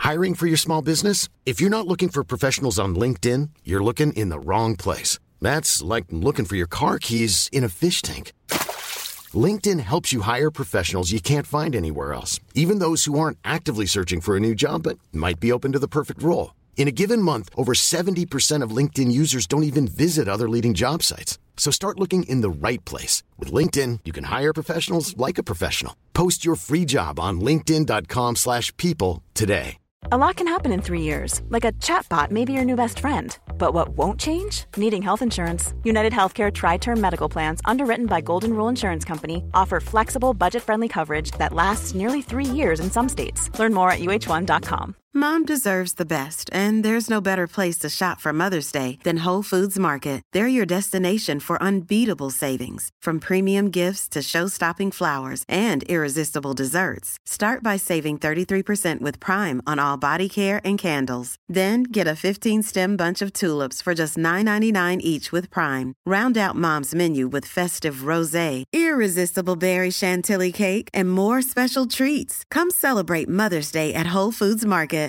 Hiring for your small business? If you're not looking for professionals on LinkedIn, you're looking in the wrong place. That's like looking for your car keys in a fish tank. LinkedIn helps you hire professionals you can't find anywhere else, even those who aren't actively searching for a new job but might be open to the perfect role. In a given month, over 70% of LinkedIn users don't even visit other leading job sites. So start looking in the right place. With LinkedIn, you can hire professionals like a professional. Post your free job on linkedin.com/people today. A lot can happen in 3 years, like a chatbot may be your new best friend. But what won't change? Needing health insurance. United Healthcare Tri-Term Medical Plans, underwritten by Golden Rule Insurance Company, offer flexible, budget-friendly coverage that lasts nearly 3 years in some states. Learn more at uh1.com. Mom deserves the best, and there's no better place to shop for Mother's Day than Whole Foods Market. They're your destination for unbeatable savings, from premium gifts to show-stopping flowers and irresistible desserts. Start by saving 33% with Prime on all body care and candles. Then get a 15-stem bunch of tulips for just $9.99 each with Prime. Round out Mom's menu with festive rosé, irresistible berry chantilly cake, and more special treats. Come celebrate Mother's Day at Whole Foods Market.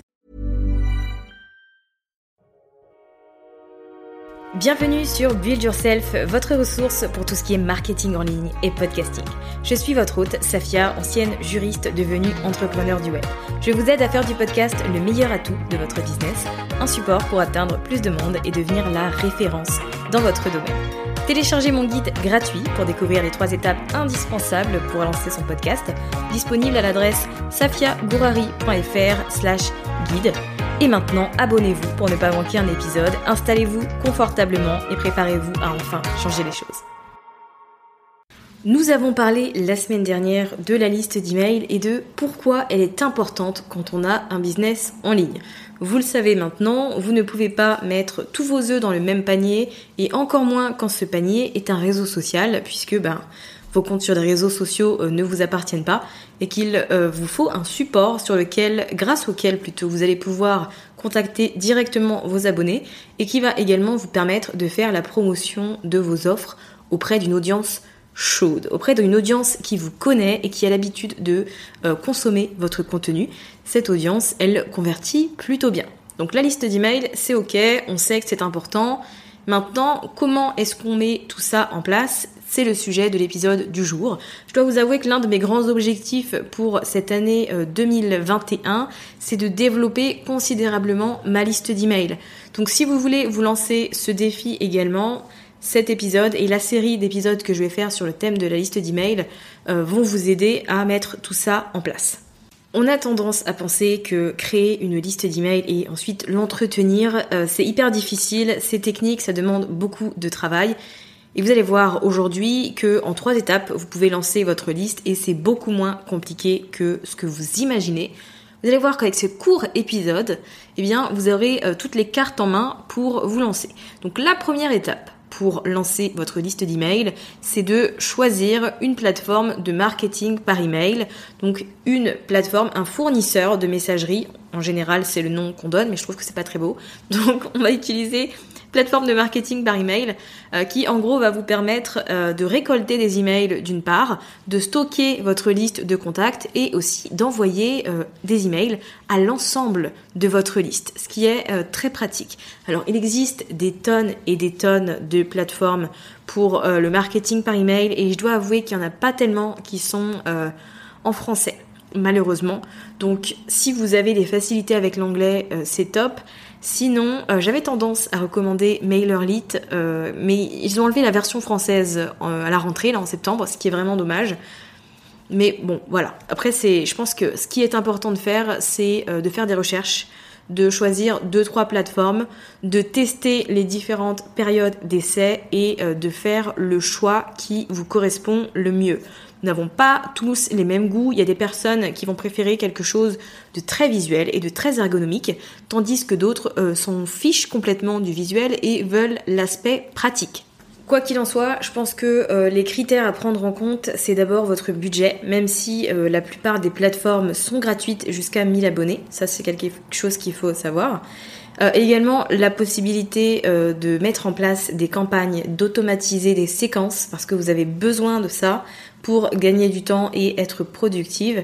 Bienvenue sur Build Yourself, votre ressource pour tout ce qui est marketing en ligne et podcasting. Je suis votre hôte, Safia, ancienne juriste devenue entrepreneur du web. Je vous aide à faire du podcast le meilleur atout de votre business, un support pour atteindre plus de monde et devenir la référence dans votre domaine. Téléchargez mon guide gratuit pour découvrir les 3 étapes indispensables pour lancer son podcast, disponible à l'adresse safiagourari.fr/guide. Et maintenant, abonnez-vous pour ne pas manquer un épisode, installez-vous confortablement et préparez-vous à enfin changer les choses. Nous avons parlé la semaine dernière de la liste d'emails et de pourquoi elle est importante quand on a un business en ligne. Vous le savez maintenant, vous ne pouvez pas mettre tous vos œufs dans le même panier et encore moins quand ce panier est un réseau social puisque vos comptes sur les réseaux sociaux ne vous appartiennent pas et qu'il vous faut un support grâce auquel vous allez pouvoir contacter directement vos abonnés et qui va également vous permettre de faire la promotion de vos offres auprès d'une audience chaude, auprès d'une audience qui vous connaît et qui a l'habitude de consommer votre contenu. Cette audience, elle convertit plutôt bien. Donc la liste d'emails, c'est ok, on sait que c'est important. Maintenant, comment est-ce qu'on met tout ça en place ? C'est le sujet de l'épisode du jour. Je dois vous avouer que l'un de mes grands objectifs pour cette année 2021, c'est de développer considérablement ma liste d'emails. Donc si vous voulez vous lancer ce défi également, cet épisode et la série d'épisodes que je vais faire sur le thème de la liste d'emails vont vous aider à mettre tout ça en place. On a tendance à penser que créer une liste d'emails et ensuite l'entretenir, c'est hyper difficile, c'est technique, ça demande beaucoup de travail. Et vous allez voir aujourd'hui qu'en 3 étapes, vous pouvez lancer votre liste et c'est beaucoup moins compliqué que ce que vous imaginez. Vous allez voir qu'avec ce court épisode, vous aurez toutes les cartes en main pour vous lancer. Donc la première étape pour lancer votre liste d'emails, c'est de choisir une plateforme de marketing par email. Donc une plateforme, un fournisseur de messagerie. En général, c'est le nom qu'on donne, mais je trouve que c'est pas très beau. Donc on va utiliser plateforme de marketing par email qui en gros va vous permettre de récolter des emails d'une part, de stocker votre liste de contacts et aussi d'envoyer des emails à l'ensemble de votre liste, ce qui est très pratique. Alors il existe des tonnes et des tonnes de plateformes pour le marketing par email et je dois avouer qu'il n'y en a pas tellement qui sont en français, malheureusement. Donc si vous avez des facilités avec l'anglais, c'est top. Sinon, j'avais tendance à recommander MailerLite, mais ils ont enlevé la version française à la rentrée, là en septembre, ce qui est vraiment dommage. Mais bon, voilà. Après, je pense que ce qui est important de faire, c'est de faire des recherches, de choisir 2-3 plateformes, de tester les différentes périodes d'essai et de faire le choix qui vous correspond le mieux. Nous n'avons pas tous les mêmes goûts. Il y a des personnes qui vont préférer quelque chose de très visuel et de très ergonomique, tandis que d'autres s'en fichent complètement du visuel et veulent l'aspect pratique. Quoi qu'il en soit, je pense que les critères à prendre en compte, c'est d'abord votre budget, même si la plupart des plateformes sont gratuites jusqu'à 1000 abonnés. Ça, c'est quelque chose qu'il faut savoir. Également, la possibilité de mettre en place des campagnes, d'automatiser des séquences, parce que vous avez besoin de ça pour gagner du temps et être productive.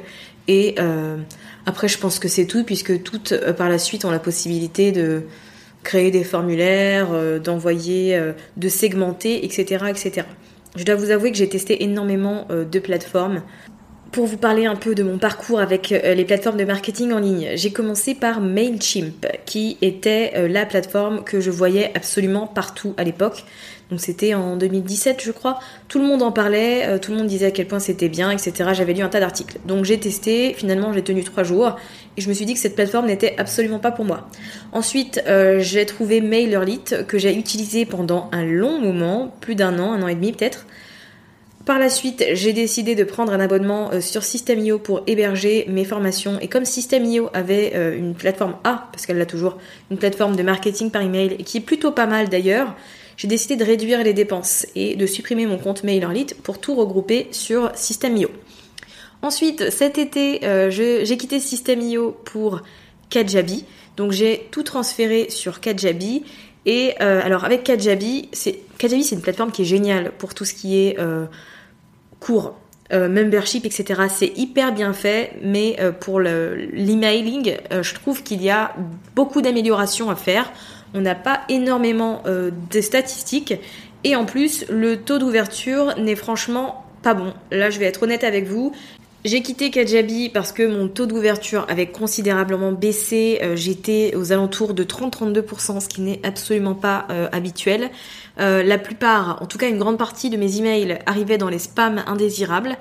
Et après, je pense que c'est tout, puisque toutes, par la suite, ont la possibilité de créer des formulaires, d'envoyer, de segmenter, etc., etc. Je dois vous avouer que j'ai testé énormément de plateformes. Pour vous parler un peu de mon parcours avec les plateformes de marketing en ligne, j'ai commencé par Mailchimp, qui était la plateforme que je voyais absolument partout à l'époque. Donc c'était en 2017, je crois. Tout le monde en parlait, tout le monde disait à quel point c'était bien, etc. J'avais lu un tas d'articles. Donc j'ai testé, finalement j'ai tenu 3 jours, et je me suis dit que cette plateforme n'était absolument pas pour moi. Ensuite, j'ai trouvé MailerLite, que j'ai utilisé pendant un long moment, plus d'1 an, 1 an et demi peut-être. Par la suite, j'ai décidé de prendre un abonnement sur System.io pour héberger mes formations. Et comme System.io avait une plateforme parce qu'elle l'a toujours, une plateforme de marketing par email, et qui est plutôt pas mal d'ailleurs, j'ai décidé de réduire les dépenses et de supprimer mon compte MailerLite pour tout regrouper sur System.io. Ensuite, cet été, j'ai quitté System.io pour Kajabi. Donc j'ai tout transféré sur Kajabi. Et alors avec Kajabi, c'est une plateforme qui est géniale pour tout ce qui est cours, membership, etc. C'est hyper bien fait, mais pour l'emailing, je trouve qu'il y a beaucoup d'améliorations à faire. On n'a pas énormément de statistiques, et en plus, le taux d'ouverture n'est franchement pas bon. Là, je vais être honnête avec vous. J'ai quitté Kajabi parce que mon taux d'ouverture avait considérablement baissé. J'étais aux alentours de 30-32%, ce qui n'est absolument pas habituel. La plupart, en tout cas une grande partie de mes emails arrivaient dans les spams indésirables,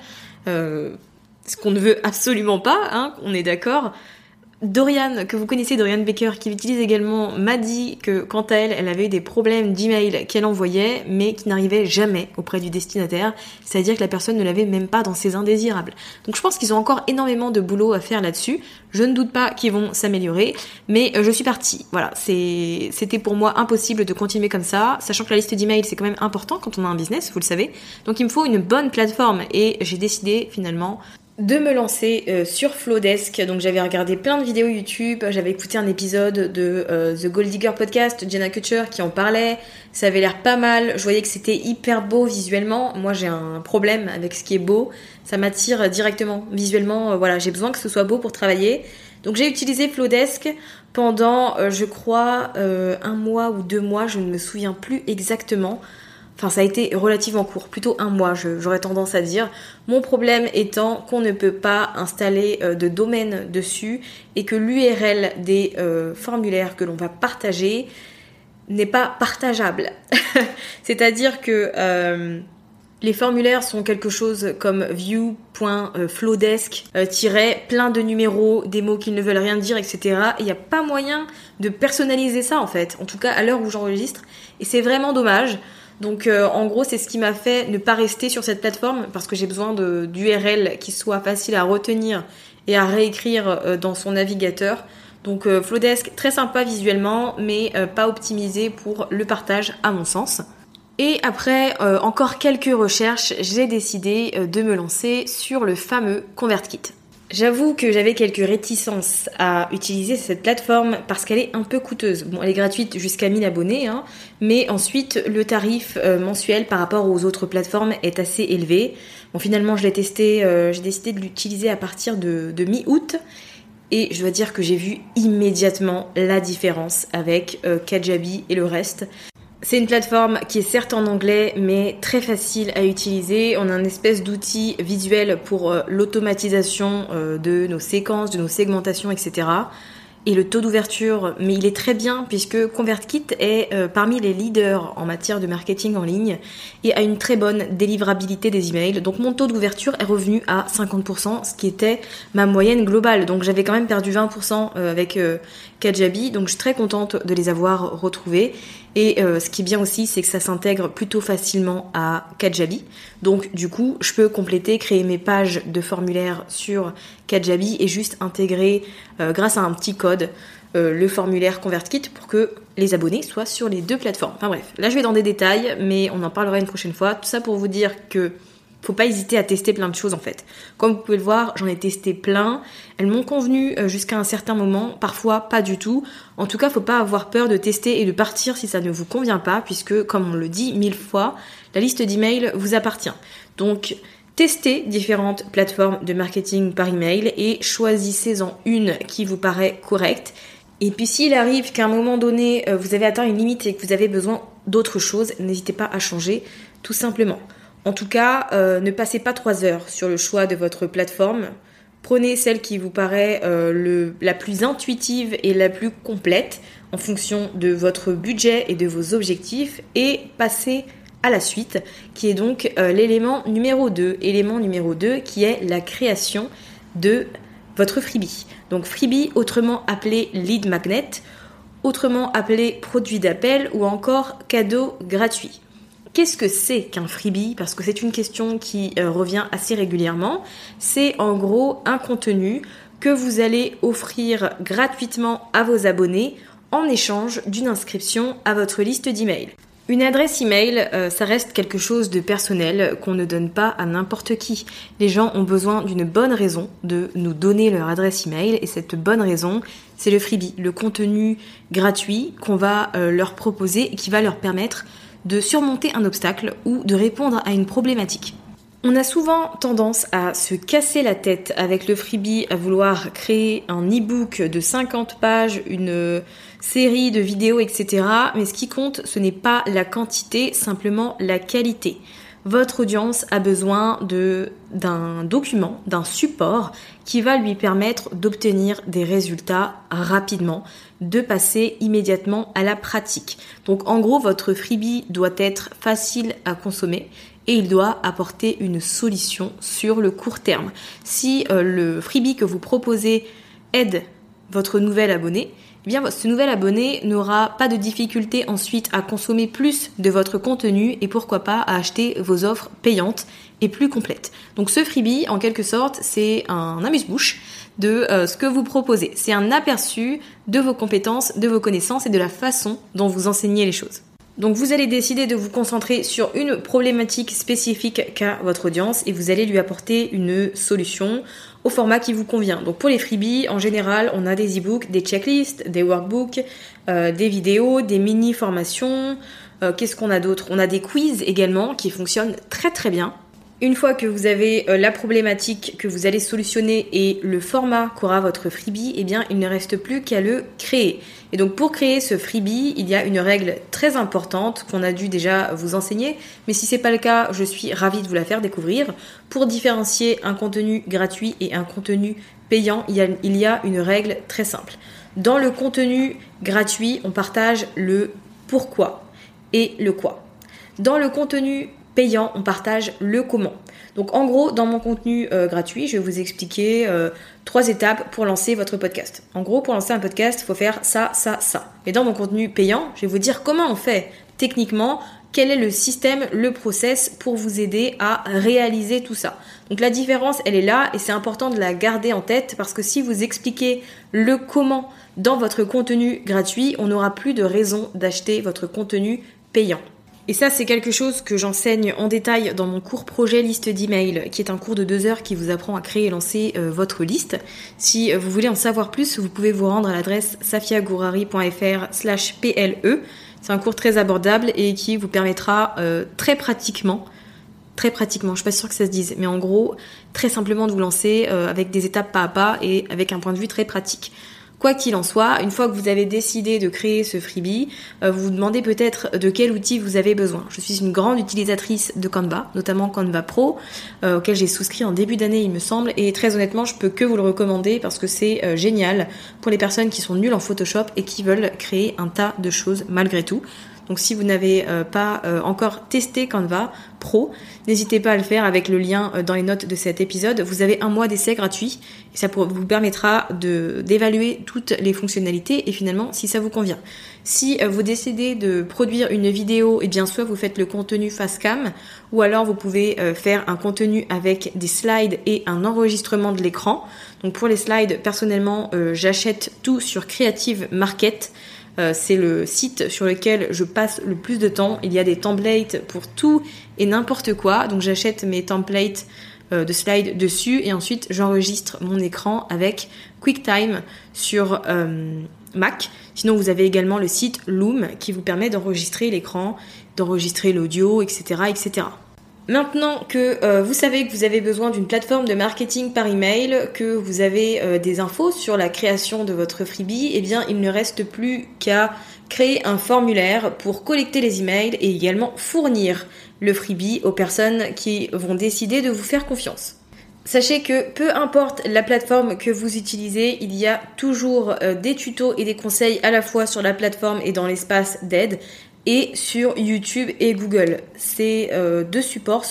ce qu'on ne veut absolument pas, hein, on est d'accord. Dorian, que vous connaissez, Dorian Baker, qui l'utilise également, m'a dit que quant à elle, elle avait eu des problèmes d'email qu'elle envoyait, mais qui n'arrivaient jamais auprès du destinataire, c'est-à-dire que la personne ne l'avait même pas dans ses indésirables. Donc je pense qu'ils ont encore énormément de boulot à faire là-dessus. Je ne doute pas qu'ils vont s'améliorer, mais je suis partie. Voilà, c'était pour moi impossible de continuer comme ça, sachant que la liste d'emails c'est quand même important quand on a un business, vous le savez. Donc il me faut une bonne plateforme, et j'ai décidé finalement de me lancer sur Flowdesk. Donc j'avais regardé plein de vidéos YouTube, j'avais écouté un épisode de The Gold Digger Podcast, Jenna Kutcher qui en parlait, ça avait l'air pas mal, je voyais que c'était hyper beau visuellement. Moi j'ai un problème avec ce qui est beau, ça m'attire directement visuellement, voilà, j'ai besoin que ce soit beau pour travailler. Donc j'ai utilisé Flowdesk pendant je crois 1 mois ou 2 mois, je ne me souviens plus exactement. Enfin, ça a été relativement court, plutôt 1 mois, j'aurais tendance à dire. Mon problème étant qu'on ne peut pas installer de domaine dessus, et que l'URL des formulaires que l'on va partager n'est pas partageable. C'est-à-dire que les formulaires sont quelque chose comme view.flowdesk, plein de numéros, des mots qui ne veulent rien dire, etc. Et il n'y a pas moyen de personnaliser ça en fait, en tout cas à l'heure où j'enregistre. Et c'est vraiment dommage. Donc en gros c'est ce qui m'a fait ne pas rester sur cette plateforme, parce que j'ai besoin d'URL qui soit facile à retenir et à réécrire dans son navigateur. Donc Flowdesk très sympa visuellement, mais pas optimisé pour le partage à mon sens. Et après encore quelques recherches, j'ai décidé de me lancer sur le fameux ConvertKit. J'avoue que j'avais quelques réticences à utiliser cette plateforme parce qu'elle est un peu coûteuse. Bon, elle est gratuite jusqu'à 1000 abonnés, hein, mais ensuite le tarif mensuel par rapport aux autres plateformes est assez élevé. Bon, finalement je l'ai testé, j'ai décidé de l'utiliser à partir de mi-août, et je dois dire que j'ai vu immédiatement la différence avec Kajabi et le reste. C'est une plateforme qui est certes en anglais, mais très facile à utiliser. On a une espèce d'outil visuel pour l'automatisation de nos séquences, de nos segmentations, etc. Et le taux d'ouverture, mais il est très bien, puisque ConvertKit est parmi les leaders en matière de marketing en ligne et a une très bonne délivrabilité des emails. Donc mon taux d'ouverture est revenu à 50%, ce qui était ma moyenne globale. Donc j'avais quand même perdu 20% avec Kajabi, donc je suis très contente de les avoir retrouvés. Et ce qui est bien aussi, c'est que ça s'intègre plutôt facilement à Kajabi. Donc du coup, je peux compléter, créer mes pages de formulaire sur Kajabi et juste intégrer, grâce à un petit code, le formulaire ConvertKit pour que les abonnés soient sur les 2 plateformes. Enfin bref, là je vais dans des détails, mais on en parlera une prochaine fois. Tout ça pour vous dire que faut pas hésiter à tester plein de choses en fait. Comme vous pouvez le voir, j'en ai testé plein. Elles m'ont convenu jusqu'à un certain moment, parfois pas du tout. En tout cas, faut pas avoir peur de tester et de partir si ça ne vous convient pas, puisque comme on le dit 1000 fois, la liste d'emails vous appartient. Donc Testez différentes plateformes de marketing par email et choisissez-en une qui vous paraît correcte. Et puis s'il arrive qu'à un moment donné, vous avez atteint une limite et que vous avez besoin d'autre chose, n'hésitez pas à changer tout simplement. En tout cas, ne passez pas 3 heures sur le choix de votre plateforme. Prenez celle qui vous paraît la plus intuitive et la plus complète en fonction de votre budget et de vos objectifs et passez à la suite, qui est donc l'élément numéro 2. Élément numéro 2 qui est la création de votre freebie. Donc freebie, autrement appelé lead magnet, autrement appelé produit d'appel ou encore cadeau gratuit. Qu'est-ce que c'est qu'un freebie ? Parce que c'est une question qui revient assez régulièrement. C'est en gros un contenu que vous allez offrir gratuitement à vos abonnés en échange d'une inscription à votre liste d'emails. Une adresse email, ça reste quelque chose de personnel qu'on ne donne pas à n'importe qui. Les gens ont besoin d'une bonne raison de nous donner leur adresse email et cette bonne raison, c'est le freebie, le contenu gratuit qu'on va leur proposer et qui va leur permettre de surmonter un obstacle ou de répondre à une problématique. On a souvent tendance à se casser la tête avec le freebie, à vouloir créer un e-book de 50 pages, une série de vidéos, etc. Mais ce qui compte, ce n'est pas la quantité, simplement la qualité. Votre audience a besoin d'un document, d'un support qui va lui permettre d'obtenir des résultats rapidement, de passer immédiatement à la pratique. Donc en gros, votre freebie doit être facile à consommer et il doit apporter une solution sur le court terme. Si le freebie que vous proposez aide votre nouvel abonné, eh bien ce nouvel abonné n'aura pas de difficulté ensuite à consommer plus de votre contenu et pourquoi pas à acheter vos offres payantes et plus complètes. Donc ce freebie, en quelque sorte, c'est un amuse-bouche de ce que vous proposez. C'est un aperçu de vos compétences, de vos connaissances et de la façon dont vous enseignez les choses. Donc vous allez décider de vous concentrer sur une problématique spécifique qu'a votre audience et vous allez lui apporter une solution au format qui vous convient. Donc pour les freebies, en général, on a des e-books, des checklists, des workbooks, des vidéos, des mini-formations. Qu'est-ce qu'on a d'autre ? On a des quiz également qui fonctionnent très très bien. Une fois que vous avez la problématique que vous allez solutionner et le format qu'aura votre freebie, eh bien, il ne reste plus qu'à le créer. Et donc, pour créer ce freebie, il y a une règle très importante qu'on a dû déjà vous enseigner. Mais si c'est pas le cas, je suis ravie de vous la faire découvrir. Pour différencier un contenu gratuit et un contenu payant, il y a une règle très simple. Dans le contenu gratuit, on partage le pourquoi et le quoi. Dans le contenu payant, on partage le comment. Donc en gros, dans mon contenu gratuit, je vais vous expliquer 3 étapes pour lancer votre podcast. En gros, pour lancer un podcast, il faut faire ça, ça, ça. Et dans mon contenu payant, je vais vous dire comment on fait techniquement, quel est le système, le process pour vous aider à réaliser tout ça. Donc la différence, elle est là et c'est important de la garder en tête parce que si vous expliquez le comment dans votre contenu gratuit, on n'aura plus de raison d'acheter votre contenu payant. Et ça, c'est quelque chose que j'enseigne en détail dans mon cours projet liste d'email, qui est un cours de 2 heures qui vous apprend à créer et lancer votre liste. Si vous voulez en savoir plus, vous pouvez vous rendre à l'adresse safiagourari.fr/ple. C'est un cours très abordable et qui vous permettra très pratiquement, je suis pas sûre que ça se dise, mais en gros, très simplement de vous lancer avec des étapes pas à pas et avec un point de vue très pratique. Quoi qu'il en soit, une fois que vous avez décidé de créer ce freebie, vous vous demandez peut-être de quel outil vous avez besoin. Je suis une grande utilisatrice de Canva, notamment Canva Pro, auquel j'ai souscrit en début d'année, il me semble, et très honnêtement, je peux que vous le recommander parce que c'est génial pour les personnes qui sont nulles en Photoshop et qui veulent créer un tas de choses malgré tout. Donc si vous n'avez pas encore testé Canva Pro, n'hésitez pas à le faire avec le lien dans les notes de cet épisode. Vous avez 1 mois d'essai gratuit et ça vous permettra d'évaluer toutes les fonctionnalités et finalement si ça vous convient. Si vous décidez de produire une vidéo, eh bien soit vous faites le contenu face cam ou alors vous pouvez faire un contenu avec des slides et un enregistrement de l'écran. Donc pour les slides, personnellement, j'achète tout sur Creative Market. C'est le site sur lequel je passe le plus de temps. Il y a des templates pour tout et n'importe quoi. Donc j'achète mes templates de slides dessus et ensuite j'enregistre mon écran avec QuickTime sur Mac. Sinon vous avez également le site Loom qui vous permet d'enregistrer l'écran, d'enregistrer l'audio, etc., etc. Maintenant que vous savez que vous avez besoin d'une plateforme de marketing par email, que vous avez des infos sur la création de votre freebie, eh bien il ne reste plus qu'à créer un formulaire pour collecter les emails et également fournir le freebie aux personnes qui vont décider de vous faire confiance. Sachez que peu importe la plateforme que vous utilisez, il y a toujours des tutos et des conseils à la fois sur la plateforme et dans l'espace d'aide et sur YouTube et Google. Ce sont deux supports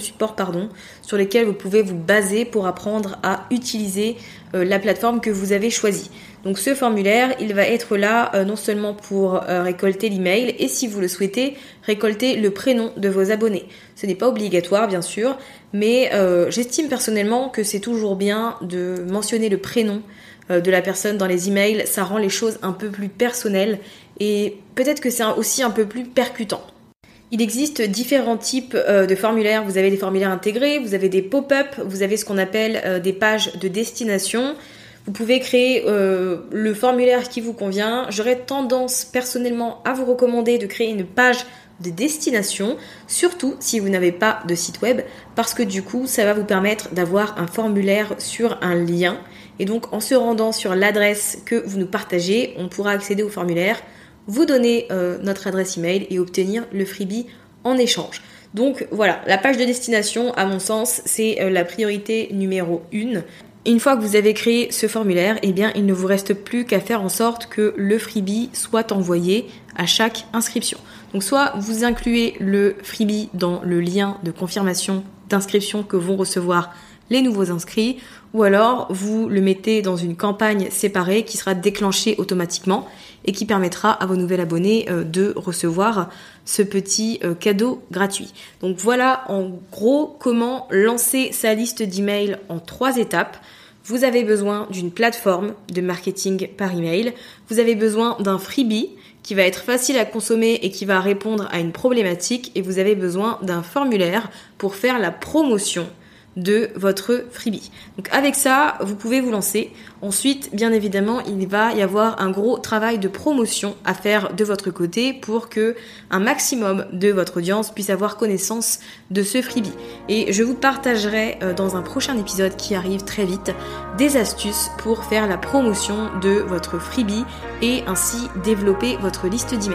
sur lesquels vous pouvez vous baser pour apprendre à utiliser la plateforme que vous avez choisie. Donc ce formulaire, il va être là non seulement pour récolter l'email et si vous le souhaitez, récolter le prénom de vos abonnés. Ce n'est pas obligatoire bien sûr, mais j'estime personnellement que c'est toujours bien de mentionner le prénom de la personne dans les emails. Ça rend les choses un peu plus personnelles et peut-être que c'est aussi un peu plus percutant. Il existe différents types de formulaires. Vous avez des formulaires intégrés, vous avez des pop-up, vous avez ce qu'on appelle des pages de destination. Vous pouvez créer le formulaire qui vous convient. J'aurais tendance personnellement à vous recommander de créer une page de destination, surtout si vous n'avez pas de site web, parce que du coup, ça va vous permettre d'avoir un formulaire sur un lien. Et donc, en se rendant sur l'adresse que vous nous partagez, on pourra accéder au formulaire, vous donner notre adresse email et obtenir le freebie en échange. Donc voilà, la page de destination, à mon sens, c'est la priorité numéro 1. Une fois que vous avez créé ce formulaire, eh bien, il ne vous reste plus qu'à faire en sorte que le freebie soit envoyé à chaque inscription. Donc soit vous incluez le freebie dans le lien de confirmation d'inscription que vont recevoir les nouveaux inscrits, ou alors vous le mettez dans une campagne séparée qui sera déclenchée automatiquement et qui permettra à vos nouveaux abonnés de recevoir ce petit cadeau gratuit. Donc voilà en gros comment lancer sa liste d'emails en 3 étapes. Vous avez besoin d'une plateforme de marketing par email, vous avez besoin d'un freebie qui va être facile à consommer et qui va répondre à une problématique, et vous avez besoin d'un formulaire pour faire la promotion de votre freebie. Donc avec ça, vous pouvez vous lancer. Ensuite, bien évidemment, il va y avoir un gros travail de promotion à faire de votre côté pour que un maximum de votre audience puisse avoir connaissance de ce freebie. Et je vous partagerai dans un prochain épisode qui arrive très vite des astuces pour faire la promotion de votre freebie et ainsi développer votre liste d'emails.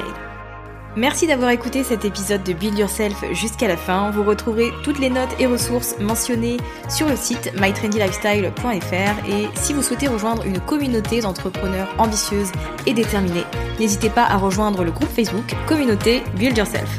Merci d'avoir écouté cet épisode de Build Yourself jusqu'à la fin. Vous retrouverez toutes les notes et ressources mentionnées sur le site mytrendylifestyle.fr, et si vous souhaitez rejoindre une communauté d'entrepreneurs ambitieuses et déterminées, n'hésitez pas à rejoindre le groupe Facebook Communauté Build Yourself.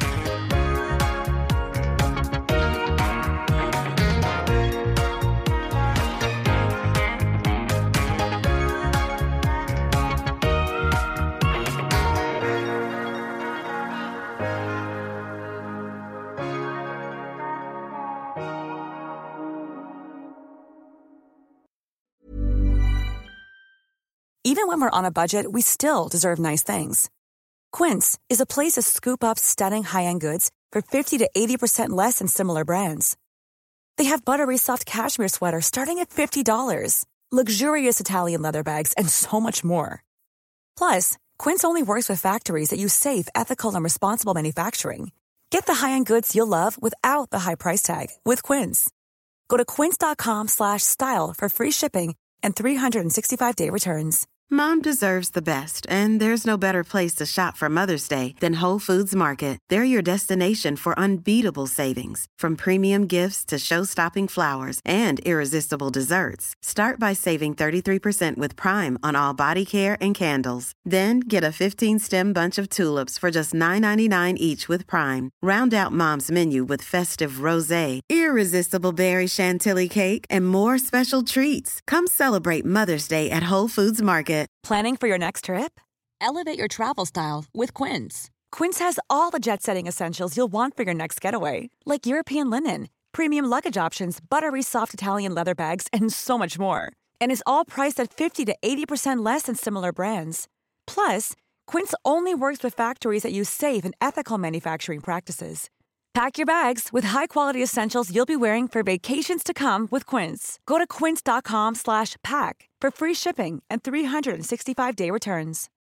Even when we're on a budget, we still deserve nice things. Quince is a place to scoop up stunning high-end goods for 50 to 80% less than similar brands. They have buttery soft cashmere sweaters starting at $50, luxurious Italian leather bags, and so much more. Plus, Quince only works with factories that use safe, ethical, and responsible manufacturing. Get the high-end goods you'll love without the high price tag with Quince. Go to quince.com/style for free shipping and 365-day returns. Mom deserves the best, and there's no better place to shop for Mother's Day than Whole Foods Market. They're your destination for unbeatable savings, from premium gifts to show-stopping flowers and irresistible desserts. Start by saving 33% with Prime on all body care and candles. Then get a 15-stem bunch of tulips for just $9.99 each with Prime. Round out Mom's menu with festive rosé, irresistible berry chantilly cake, and more special treats. Come celebrate Mother's Day at Whole Foods Market. Planning for your next trip? Elevate your travel style with Quince. Quince has all the jet-setting essentials you'll want for your next getaway, like European linen, premium luggage options, buttery soft Italian leather bags, and so much more. And is all priced at 50 to 80% less than similar brands. Plus, Quince only works with factories that use safe and ethical manufacturing practices. Pack your bags with high-quality essentials you'll be wearing for vacations to come with Quince. Go to quince.com/pack for free shipping and 365-day returns.